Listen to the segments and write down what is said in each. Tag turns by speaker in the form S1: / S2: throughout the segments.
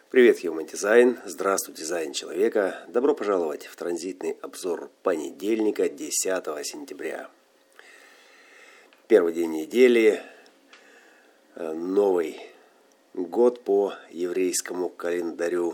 S1: Привет, Human Design. Здравствуй, дизайн человека. Добро пожаловать в транзитный обзор понедельника, 10 сентября. Первый день недели, новый год по еврейскому календарю.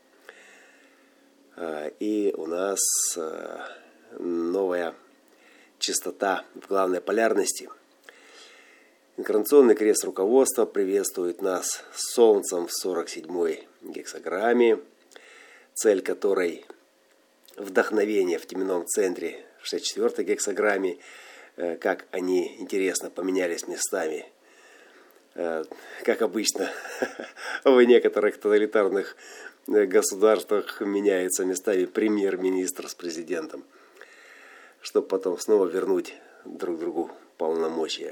S1: И у нас новая частота в главной полярности. Инкарнационный крест руководства приветствует нас Солнцем в 47-й гексаграмме, цель которой вдохновение в теменном центре в 64-й гексаграмме, как они интересно поменялись местами. Как обычно, в некоторых тоталитарных государствах меняются местами премьер-министр с президентом, чтобы потом снова вернуть друг другу полномочия.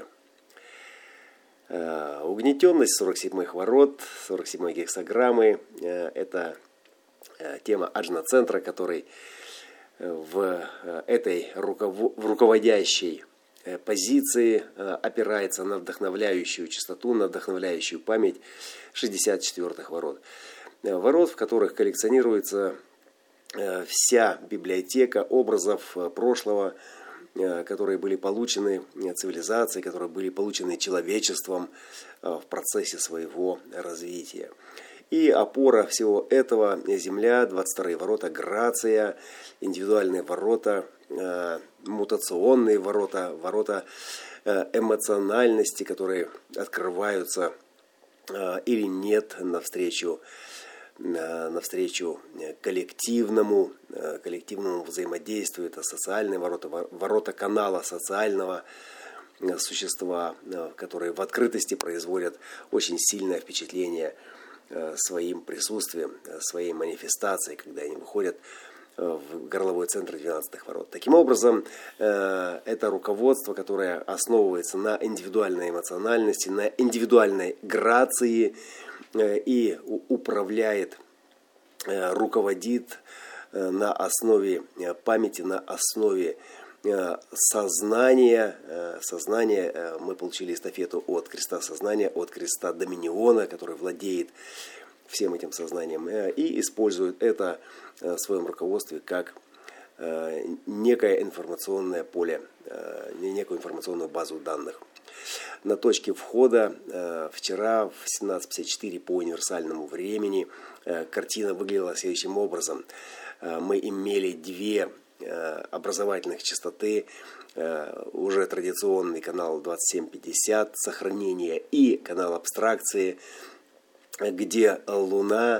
S1: Угнетенность 47-х ворот, 47-й гексаграммы – это тема аджна-центра, который в этой руководящей позиции опирается на вдохновляющую частоту, на вдохновляющую память 64-х ворот. Ворот, в которых коллекционируется вся библиотека образов прошлого, которые были получены цивилизацией, которые были получены человечеством в процессе своего развития. И опора всего этого – Земля, 22-е ворота, грация, индивидуальные ворота, мутационные ворота, ворота эмоциональности, которые открываются или нет навстречу коллективному взаимодействию. Это социальные ворота, ворота канала социального существа, которые в открытости производят очень сильное впечатление своим присутствием, своей манифестацией, когда они выходят в горловой центр 12-х ворот. Таким образом, это руководство, которое основывается на индивидуальной эмоциональности, на индивидуальной грации и управляет, руководит на основе памяти, на основе сознания. Мы получили эстафету от креста сознания, от креста доминиона, который владеет всем этим сознанием и использует это в своем руководстве как некое информационное поле, некую информационную базу данных. На точке входа вчера в 17:54 по универсальному времени картина выглядела следующим образом. Мы имели две образовательных частоты, уже традиционный канал 2750 сохранения и канал абстракции, где Луна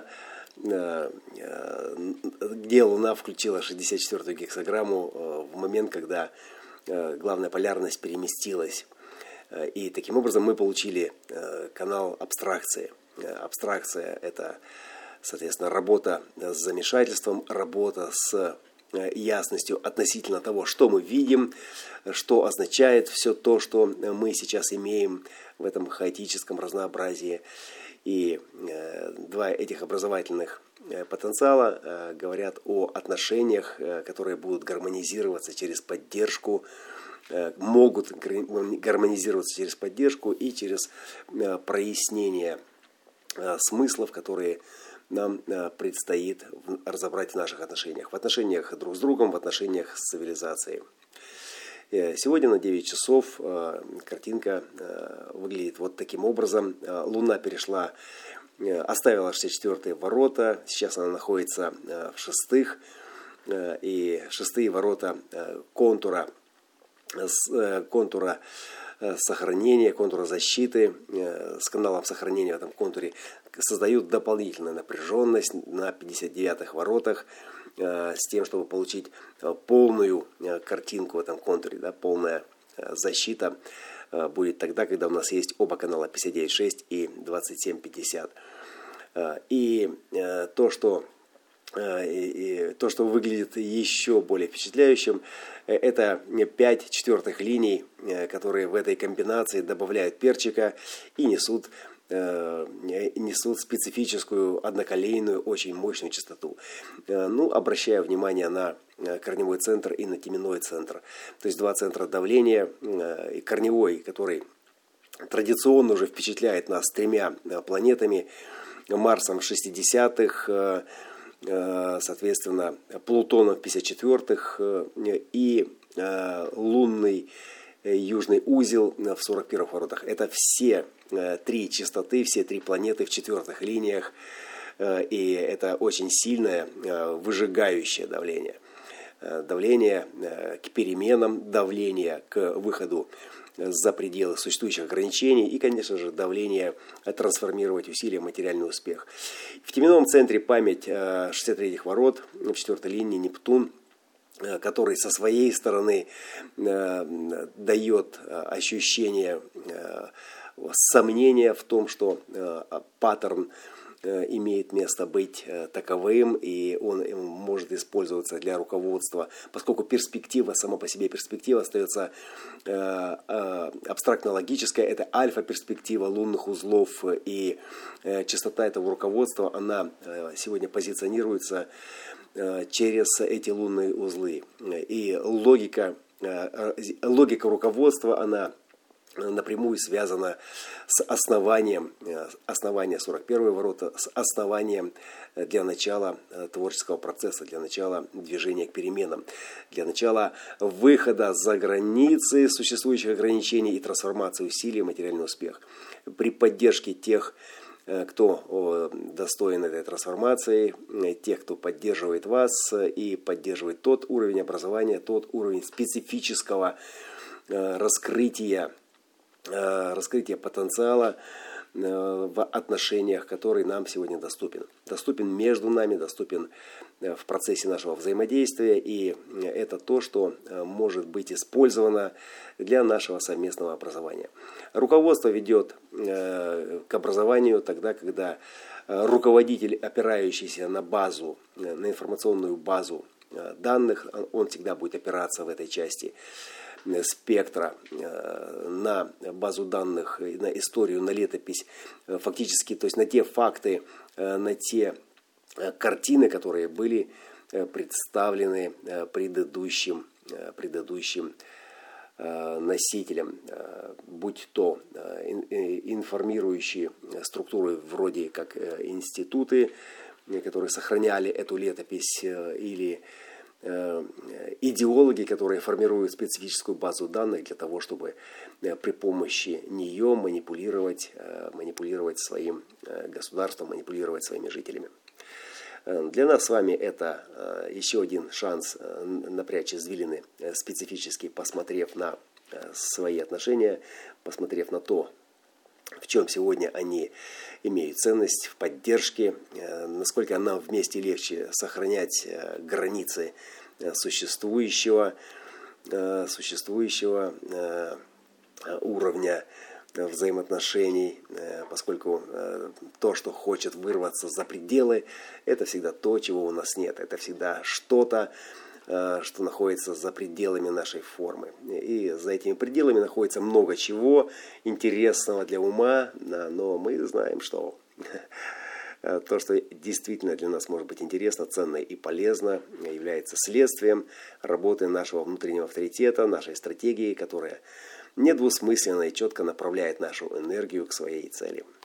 S1: включила 64-ю гексаграмму в момент, когда главная полярность переместилась. И таким образом мы получили канал абстракции. Абстракция – это, соответственно, работа с замешательством, работа с ясностью относительно того, что мы видим, что означает все то, что мы сейчас имеем в этом хаотическом разнообразии. И два этих образовательных потенциала говорят о отношениях, которые будут гармонизироваться через поддержку, могут гармонизироваться через поддержку и через прояснение смыслов, которые нам предстоит разобрать в наших отношениях. В отношениях друг с другом, в отношениях с цивилизацией. Сегодня на 9 часов картинка выглядит вот таким образом. Луна оставила 64-е ворота. Сейчас она находится в 6-х. И 6-е ворота контура сохранения, контура защиты с каналом сохранения в этом контуре создают дополнительную напряженность на 59-х воротах с тем, чтобы получить полную картинку в этом контуре. Да, полная защита будет тогда, когда у нас есть оба канала 59.6 и 27.50. И то, что выглядит еще более впечатляющим, это 5 четвертых линий, которые в этой комбинации добавляют перчика и несут специфическую одноколейную, очень мощную частоту. Обращая внимание на корневой центр и на теменной центр. То есть два центра давления, и корневой, который традиционно уже впечатляет нас тремя планетами, Марсом в 60-х, соответственно, Плутоном в 54-х и лунный южный узел в 41-х воротах. Это все три частоты, все три планеты в четвертых линиях. И это очень сильное выжигающее давление. Давление к переменам, давление к выходу за пределы существующих ограничений и, конечно же, давление трансформировать усилия в материальный успех. В теменном центре память 63-х ворот, в 4-й линии Нептун, который со своей стороны дает ощущение сомнения в том, что паттерн имеет место быть таковым, и он может использоваться для руководства, поскольку перспектива, сама по себе перспектива остается абстрактно-логическая, это альфа-перспектива лунных узлов, и частота этого руководства, она сегодня позиционируется через эти лунные узлы. И логика руководства, она напрямую связана с основанием 41-е ворота, с основанием для начала творческого процесса, для начала движения к переменам, для начала выхода за границы существующих ограничений и трансформации усилий в материальный успех. При поддержке тех, кто достоин этой трансформации, тех, кто поддерживает вас и поддерживает тот уровень образования, тот уровень специфического раскрытия потенциала в отношениях, который нам сегодня доступен. Доступен между нами, доступен в процессе нашего взаимодействия, и это то, что может быть использовано для нашего совместного образования. Руководство ведет к образованию тогда, когда руководитель, опирающийся на базу, на информационную базу данных, он всегда будет опираться в этой части спектра на базу данных, на историю, на летопись, фактически, то есть на те факты, на те картины, которые были представлены предыдущим носителям, будь то информирующие структуры вроде как институты, которые сохраняли эту летопись, или идеологи, которые формируют специфическую базу данных для того, чтобы при помощи нее манипулировать своим государством, манипулировать своими жителями. Для нас с вами это еще один шанс напрячь извилины специфически, посмотрев на свои отношения, посмотрев на то, в чем сегодня они имеют ценность, в поддержке, насколько нам вместе легче сохранять границы существующего уровня взаимоотношений, поскольку то, что хочет вырваться за пределы, это всегда то, чего у нас нет. Это всегда что-то, что находится за пределами нашей формы. И за этими пределами находится много чего интересного для ума, но мы знаем, что то, что действительно для нас может быть интересно, ценно и полезно, является следствием работы нашего внутреннего авторитета, нашей стратегии, которая недвусмысленно и четко направляет нашу энергию к своей цели.